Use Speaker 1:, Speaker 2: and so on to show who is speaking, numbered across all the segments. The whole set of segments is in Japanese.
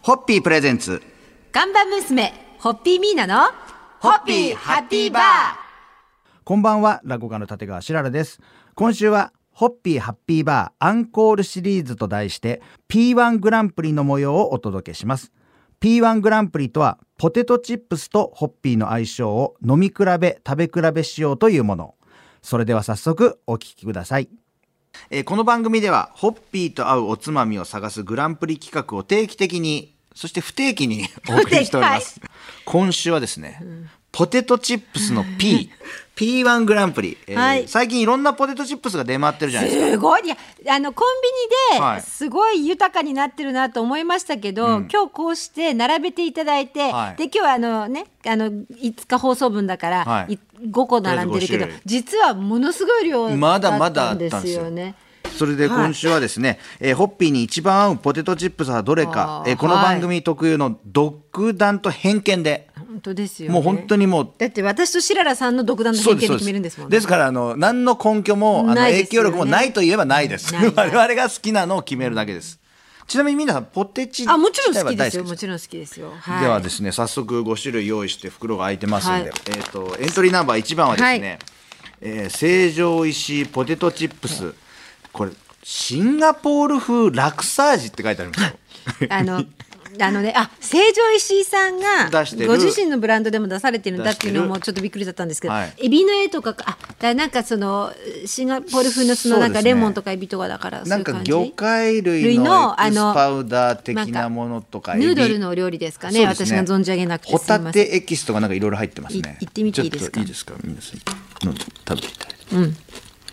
Speaker 1: ホッピープレゼンツ
Speaker 2: 看板娘ホッピーミーナのホッピーハッピーバー。
Speaker 1: こんばんは、落語家の立川しららです。今週はホッピーハッピーバーアンコールシリーズと題して P1 グランプリの模様をお届けします。 P1 グランプリとはポテトチップスとホッピーの相性を飲み比べ食べ比べしようというもの。それでは早速お聞きください。この番組ではホッピーと合うおつまみを探すグランプリ企画を定期的に、そして不定期にお送りしております、はい、今週はですね、ポテトチップスの P1 グランプリ、はい、最近いろんなポテトチップスが出回ってるじゃないですか。
Speaker 2: すごい。いや、コンビニですごい豊かになってるなと思いましたけど、今日こうして並べていただいて、で今日は5日放送分だから、5個並んでるけど、実はものすごい量だったんですよね。
Speaker 1: それで今週はですね、ホッピーに一番合うポテトチップスはどれか、この番組特有の独断と偏見で、
Speaker 2: 本当ですよね。
Speaker 1: もう本当にもう
Speaker 2: だって私としららさんの独断と偏見で決めるんですもんね。
Speaker 1: ですから何の根拠も影響力もないといえばないです。我々が好きなのを決めるだけです。ちなみに皆さんポテチ
Speaker 2: もちろん好きですよ。もちろん好きですよ。
Speaker 1: ではですね、早速5種類用意して袋が開いてますんで、エントリーナンバー1番はですね、成城石井ポテトチップス、これシンガポール風ラクサージって書いてありますよ。
Speaker 2: 成城石井さんがご自身のブランドでも出されてるんだっていうのもちょっとびっくりだったんですけど、エビの絵とかなんかそのシンガポール風のそのなんかレモンとかエビとかだから、
Speaker 1: なんか魚介類のエクスパウダー的なものとか、
Speaker 2: ヌードルのお料理ですかね。私が存じ上げなくて
Speaker 1: ホタテエキスとかなんかいろいろ入ってますね。
Speaker 2: 行ってみていいですか。
Speaker 1: ちょっといいですか、皆さん食べていただいて。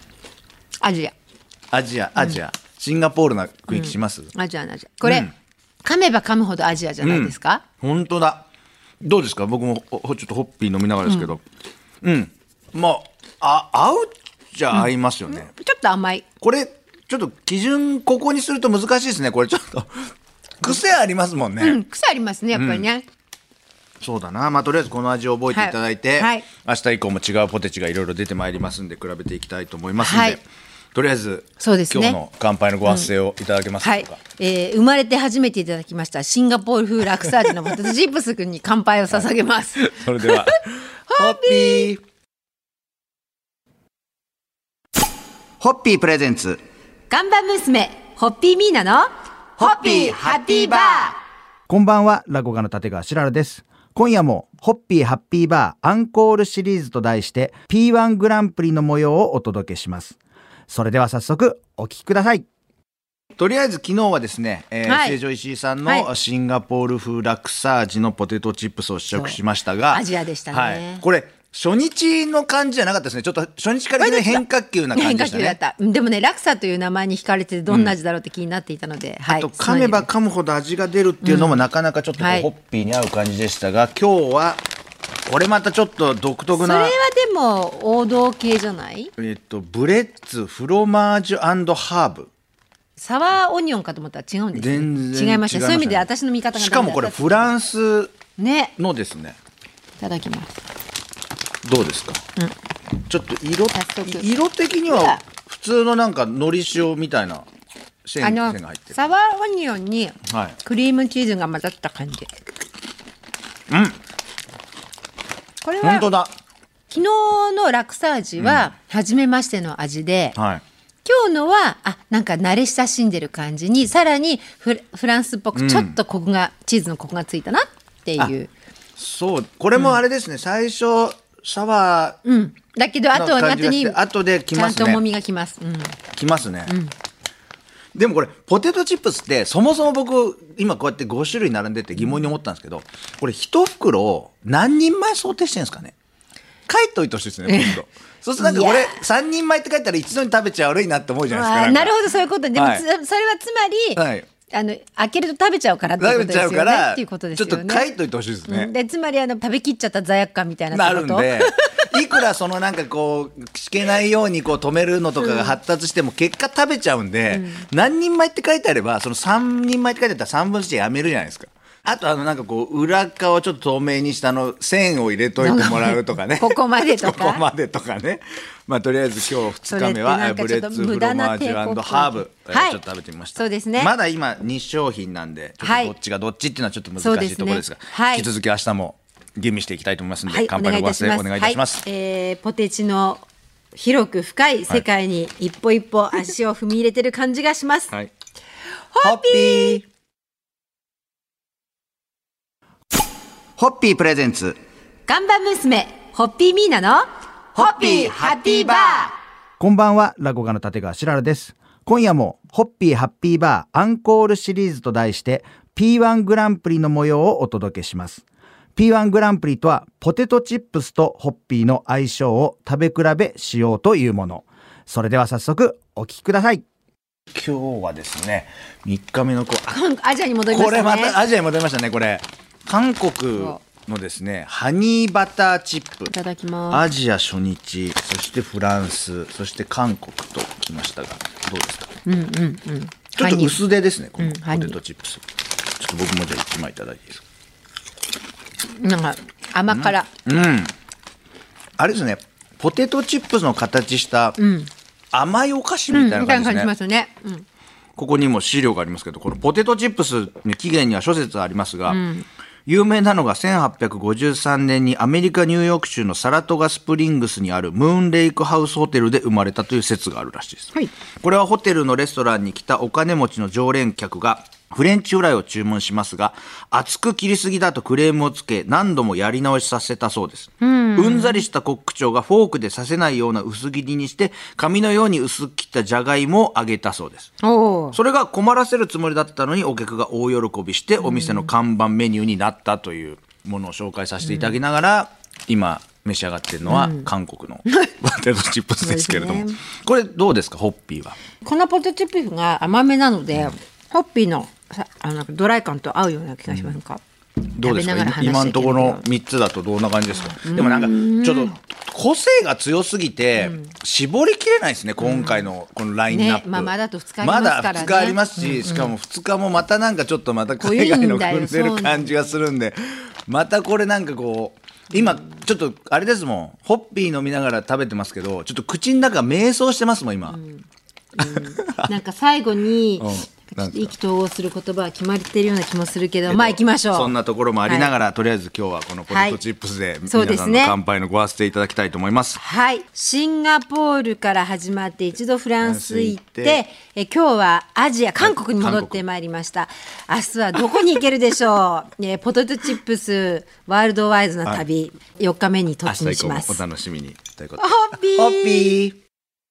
Speaker 1: アジア、シンガポールな雰囲気します。
Speaker 2: アジアこれ、噛めば噛むほどアジアじゃないですか。
Speaker 1: 本当だ。どうですか。僕もちょっとホッピー飲みながらですけど、まあ合うじゃ合いますよね。
Speaker 2: ちょっと甘い。
Speaker 1: これちょっと基準ここにすると難しいですね。これちょっと癖ありますもんね。
Speaker 2: 癖ありますね、やっぱりね。
Speaker 1: そうだな。とりあえずこの味を覚えていただいて、明日以降も違うポテチがいろいろ出てまいりますんで、比べていきたいと思いますんで、とりあえず、今日の乾杯のご発声をいただけますでしょうか。
Speaker 2: 生まれて初めていただきましたシンガポール風ラクサージのポテトチップス君に乾杯を捧げます。
Speaker 1: それではホッピープレゼンツ
Speaker 2: 看板娘ホッピーミーナのホッピーハッピーバー。
Speaker 1: こんばんは、落語家の立川しららです。今夜もホッピーハッピーバーアンコールシリーズと題して P1 グランプリの模様をお届けします。それでは早速お聞きください。とりあえず昨日はですね、成城石井さんのシンガポール風ラクサージのポテトチップスを試食しましたが、
Speaker 2: アジアでしたね。
Speaker 1: これ初日の感じじゃなかったですね。ちょっと初日から変化球な感じでしたね。
Speaker 2: 変化球だった。でもね、ラクサという名前に惹かれてどんな味だろうって気になっていたので、
Speaker 1: あと噛めば噛むほど味が出るっていうのもなかなかちょっとホッピーに合う感じでしたが、今日はこれまたちょっと独特な。
Speaker 2: それはでも王道系じゃない？
Speaker 1: ブレッツフロマージュ&ハーブ。
Speaker 2: サワーオニオンかと思ったら違うんですね。
Speaker 1: 全然
Speaker 2: 違いました。そういう意味で私の見方が。
Speaker 1: しかもこれフランスのですね。
Speaker 2: いただきます。
Speaker 1: どうですか。ちょっと色的には普通のなんか海苔塩みたいな線が入ってる。
Speaker 2: サワーオニオンにクリームチーズが混ざった感じ。これは
Speaker 1: 本当だ。
Speaker 2: 昨日のラクサージは初めましての味で、今日のはなんか慣れ親しんでる感じに、さらにフランスっぽくちょっとコクが、チーズのコクがついたなっていう。
Speaker 1: そうこれもあれですね、最初サワー
Speaker 2: だけど後
Speaker 1: できますね。
Speaker 2: ちゃんと重みがきます。
Speaker 1: きますね。でもこれポテトチップスってそもそも僕今こうやって5種類並んでて疑問に思ったんですけど、これ1袋を何人前想定してるんですかね。書いといてほしいですね。そうするとなんかこれ3人前って書いたら一度に食べちゃ悪いなって思うじゃないですか。
Speaker 2: なるほど、そういうことでも、それはつまり、開けると食べちゃうからっていうことですよね。っていうことですよね。
Speaker 1: ちょっと書いといてほしいですね。
Speaker 2: でつまり食べきっちゃった罪悪感みたいな
Speaker 1: なるんで、いくらそのなんかこうしけないようにこう止めるのとかが発達しても結果食べちゃうんで、何人前って書いてあればその3人前って書いてあったら3分の1でやめるじゃないですか。 あとなんかこう裏側をちょっと透明にした線を入れといてもらうとかね。
Speaker 2: ここまでとか。
Speaker 1: ここまでとかね。まあとりあえず今日2日目はブレッツフロマージュ&ハーブ、ちょっと食べてみました。
Speaker 2: そうですね。
Speaker 1: まだ今2商品なんで、ちょっとどっちがどっちっていうのはちょっと難しいところですが、引き続き明日も吟味していきたいと思いますので、乾杯のご発声お願いいたします。
Speaker 2: ポテチの広く深い世界に一歩一歩足を踏み入れてる感じがします。
Speaker 1: はい、
Speaker 2: ホッピー
Speaker 1: ホッピープレゼンツ
Speaker 2: ガンバ娘ホッピーミーナのホッピーハッピーバー。
Speaker 1: こんばんは、落語家の立川しららです。今夜もホッピーハッピーバーアンコールシリーズと題して P1 グランプリの模様をお届けします。 P1 グランプリとはポテトチップスとホッピーの相性を食べ比べしようというもの。それでは早速お聞きください。今日はですね、3日目の
Speaker 2: アジアに戻りましたね。
Speaker 1: これまたアジアに戻りましたね。これ韓国のですね、ハニーバターチップ。
Speaker 2: いただきます。
Speaker 1: アジア初日、そしてフランス、そして韓国と来ましたが、どうですか？ちょっと薄手ですね、このポテトチップス。ちょっと僕もじゃあ1枚いただいていいですか？
Speaker 2: なんか甘辛。
Speaker 1: あれですね、ポテトチップスの形した甘いお菓子みたいな感じですね。ここにも資料がありますけど、このポテトチップスに起源には諸説ありますが、有名なのが1853年にアメリカ・ニューヨーク州のサラトガスプリングスにあるムーンレイクハウスホテルで生まれたという説があるらしいです。これはホテルのレストランに来たお金持ちの常連客がフレンチフライを注文しますが、厚く切りすぎだとクレームをつけ、何度もやり直しさせたそうです。うんざりしたコック長がフォークで刺せないような薄切りにして、紙のように薄く切ったじゃがいもを揚げたそうです。それが困らせるつもりだったのに、お客が大喜びしてお店の看板メニューになったというものを紹介させていただきながら、今召し上がっているのは韓国のポテトチップスですけれども、これどうですか、ホッピーは。
Speaker 2: このポテトチップスが甘めなので、ホッピーのなんかドライ感と合うような気がしますか？
Speaker 1: どうですか、今のところの3つだとどんな感じですか？でもなんかちょっと個性が強すぎて絞りきれないですね、今回のこのラインナップ。
Speaker 2: まだと2日ありますからね。
Speaker 1: まだ2日ありますし、しかも2日もまたなんかちょっとまた海外の組んでる感じがするんで、またこれなんかこう今ちょっとあれですもん、ホッピー飲みながら食べてますけど、ちょっと口の中が迷走してますもん今。
Speaker 2: なんか最後に意気投合する言葉は決まっているような気もするけど、まあ行きましょう。
Speaker 1: そんなところもありながら、とりあえず今日はこのポテトチップスで皆さんの乾杯のご発声いただきたいと思います。
Speaker 2: はい、シンガポールから始まって一度フランス行って、今日はアジア韓国に戻ってまいりました。明日はどこに行けるでしょう。ポテトチップスワールドワイズな旅、4日目に突入します。
Speaker 1: お楽しみにということ
Speaker 2: で、ホッピー
Speaker 1: ホッピー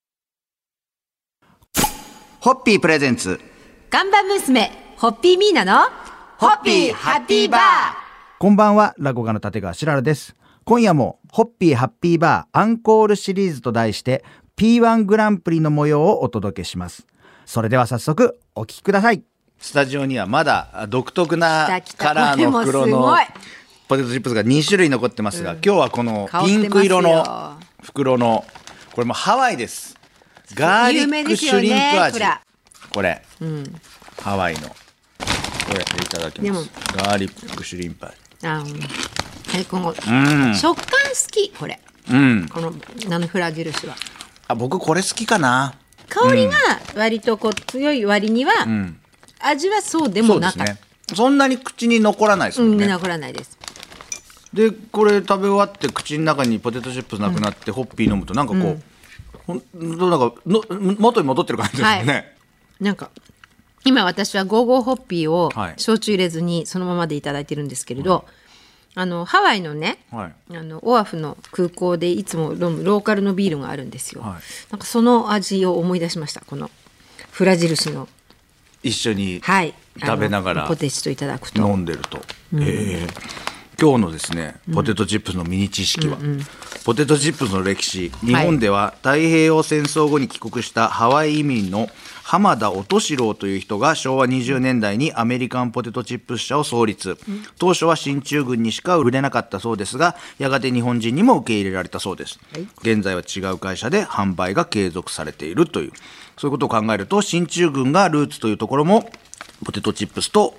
Speaker 1: ホッピープレゼンツ
Speaker 2: ガンバ娘ホッピーミーナのホッピーハッピーバー。
Speaker 1: こんばんは、落語家の立川しららです。今夜もホッピーハッピーバーアンコールシリーズと題して P1 グランプリの模様をお届けします。それでは早速お聞きください。スタジオにはまだ独特なカラーの袋のポテトチップスが2種類残ってますが、今日はこのピンク色の袋のこれもハワイです。ガーリックシュリンプ味、これ、ハワイのこれいただきます。ガーリックシュリンプ味、
Speaker 2: この食感好き、これ、このナノフラ印は。
Speaker 1: 僕これ好きかな。
Speaker 2: 香りが割とこう強い割には、味はそうでもなかった。
Speaker 1: そんなに口に残らないですもんね。
Speaker 2: 残らないです。
Speaker 1: でこれ食べ終わって口の中にポテトチップスなくなって、ホッピー飲むとなんかこう、なんか元に戻ってる感じですよね。
Speaker 2: なんか今私はゴーゴーホッピーを焼酎入れずにそのままでいただいてるんですけれど、ハワイのね、オアフの空港でいつも飲むローカルのビールがあるんですよ。なんかその味を思い出しました。このフラ印の
Speaker 1: 一緒に食べながら
Speaker 2: ポテチといただくと
Speaker 1: 飲んでると、今日のですね、ポテトチップスのミニ知識は、ポテトチップスの歴史、日本では太平洋戦争後に帰国したハワイ移民の浜田音四郎という人が昭和20年代にアメリカンポテトチップス社を創立。当初は進駐軍にしか売れなかったそうですが、やがて日本人にも受け入れられたそうです。現在は違う会社で販売が継続されているという、そういうことを考えると進駐軍がルーツというところもポテトチップスと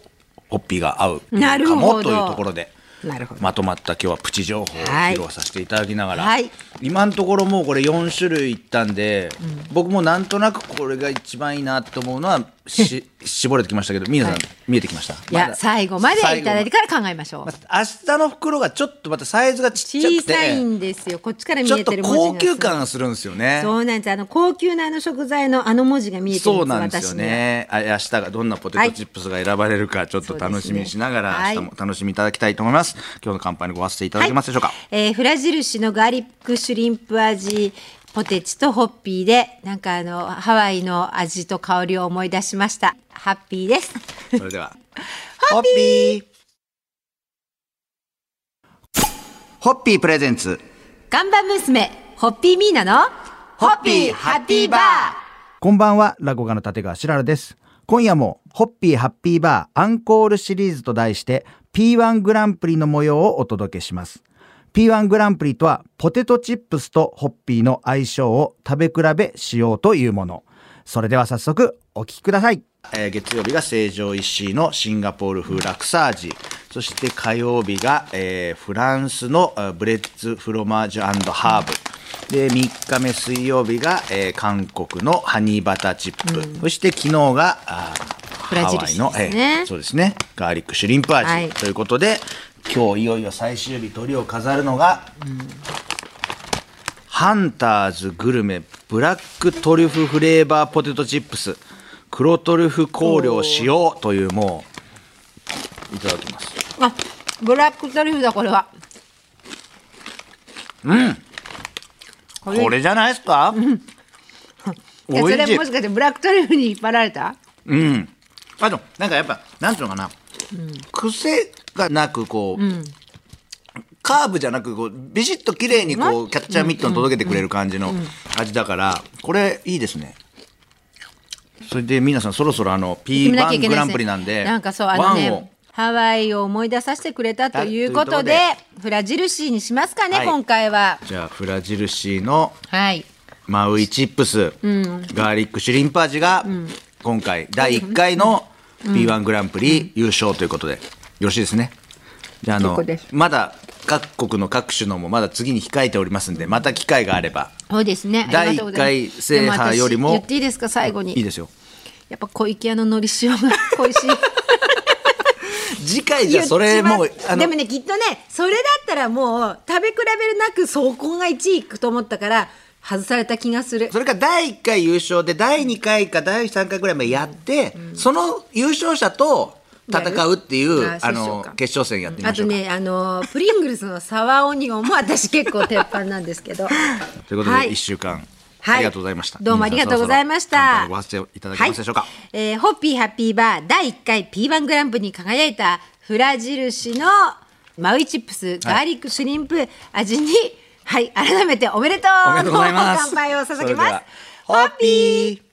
Speaker 1: ホッピーが合うかもというところでまとまった今日はプチ情報を披露させていただきながら、今のところもうこれ4種類いったんで、僕もなんとなくこれが一番いいなと思うのは絞れてきましたけど、皆さん見えてきました？
Speaker 2: いや、最後までいただいてから考えましょう。
Speaker 1: 明日の袋がちょっとまたサイズがちっちゃくて
Speaker 2: 小さいんですよ。こっちから見えてる文字が
Speaker 1: ちょっと高級感がするんですよね。
Speaker 2: そうなんです。高級な食材の文字が見えてるんです。
Speaker 1: そうなんですよね。明日がどんなポテトチップスが選ばれるかちょっと楽しみにしながら、明日も楽しみいただきたいと思います。今日の乾杯にごわせていただけますでしょうか？
Speaker 2: フラ印のガーリックシュリンプ味ポテチとホッピーで、なんかハワイの味と香りを思い出しました。ハッピーです。
Speaker 1: それではホッピーホッピープレゼンツ
Speaker 2: 看板娘ホッピーミーナのホッピーハッピーバー。
Speaker 1: こんばんは、落語家の立川しららです。今夜もホッピーハッピーバーアンコールシリーズと題して P1 グランプリの模様をお届けします。P1 グランプリとはポテトチップスとホッピーの相性を食べ比べしようというもの。それでは早速お聞きください。月曜日が成城石井のシンガポール風ラクサージ、そして火曜日が、フランスのブレッツフロマージュ&ハーブで、3日目水曜日が、韓国のハニーバターチップ、そして昨日がハワイの、そうですね、ガーリックシュリンプ味、ということで、今日いよいよ最終日、トリを飾るのが、ハンターズグルメブラックトリュフフレーバーポテトチップス黒トリュフ香料使用という、もういただきます。
Speaker 2: ブラックトリュフだ、これは。
Speaker 1: これじゃないですか？
Speaker 2: それもしかしてブラックトリュフに引っ張られた？
Speaker 1: あとなんかやっぱなんていうのかな、癖がなくこう、カーブじゃなくこうビシッと綺麗にこうキャッチャーミットに届けてくれる感じの味だから、これいいですね。それで皆さんそろそろP1 グランプリなんで、
Speaker 2: なんかそうハワイを思い出させてくれたということで、フラ印にしますかね、今回は。
Speaker 1: じゃあフラ印のマウイチップス、ガーリックシュリンプ味が今回第1回の P1 グランプリ優勝ということでよろしいですね。じゃあまだ各国の各種のもまだ次に控えておりますんで、また機会があれば。
Speaker 2: そうですね。
Speaker 1: 第1回制覇よりも。
Speaker 2: 言っていいですか、最後に。
Speaker 1: いいですよ。
Speaker 2: やっぱ小池屋ののり塩が恋しい。
Speaker 1: 次回じゃそれもう
Speaker 2: でもね、きっとね、それだったらもう食べ比べるなくそこが1位いくと思ったから外された気がする。
Speaker 1: それから第1回優勝で第2回か第3回ぐらいまでやって、その優勝者と戦うっていう決勝戦やってみましょうか。
Speaker 2: あとね、プリングルスのサワーオニオンも私結構鉄板なんですけど。
Speaker 1: ということで1週間ありがとうございました。
Speaker 2: どうもありがとうございました。
Speaker 1: ご発声いただけますでしょうか？
Speaker 2: ホッピーハッピーバー第1回 P1 グランプリに輝いたフラ印のマウイチップスガーリックシュリンプ味に、改めておめでとうの乾杯を捧げます。
Speaker 1: ホッピー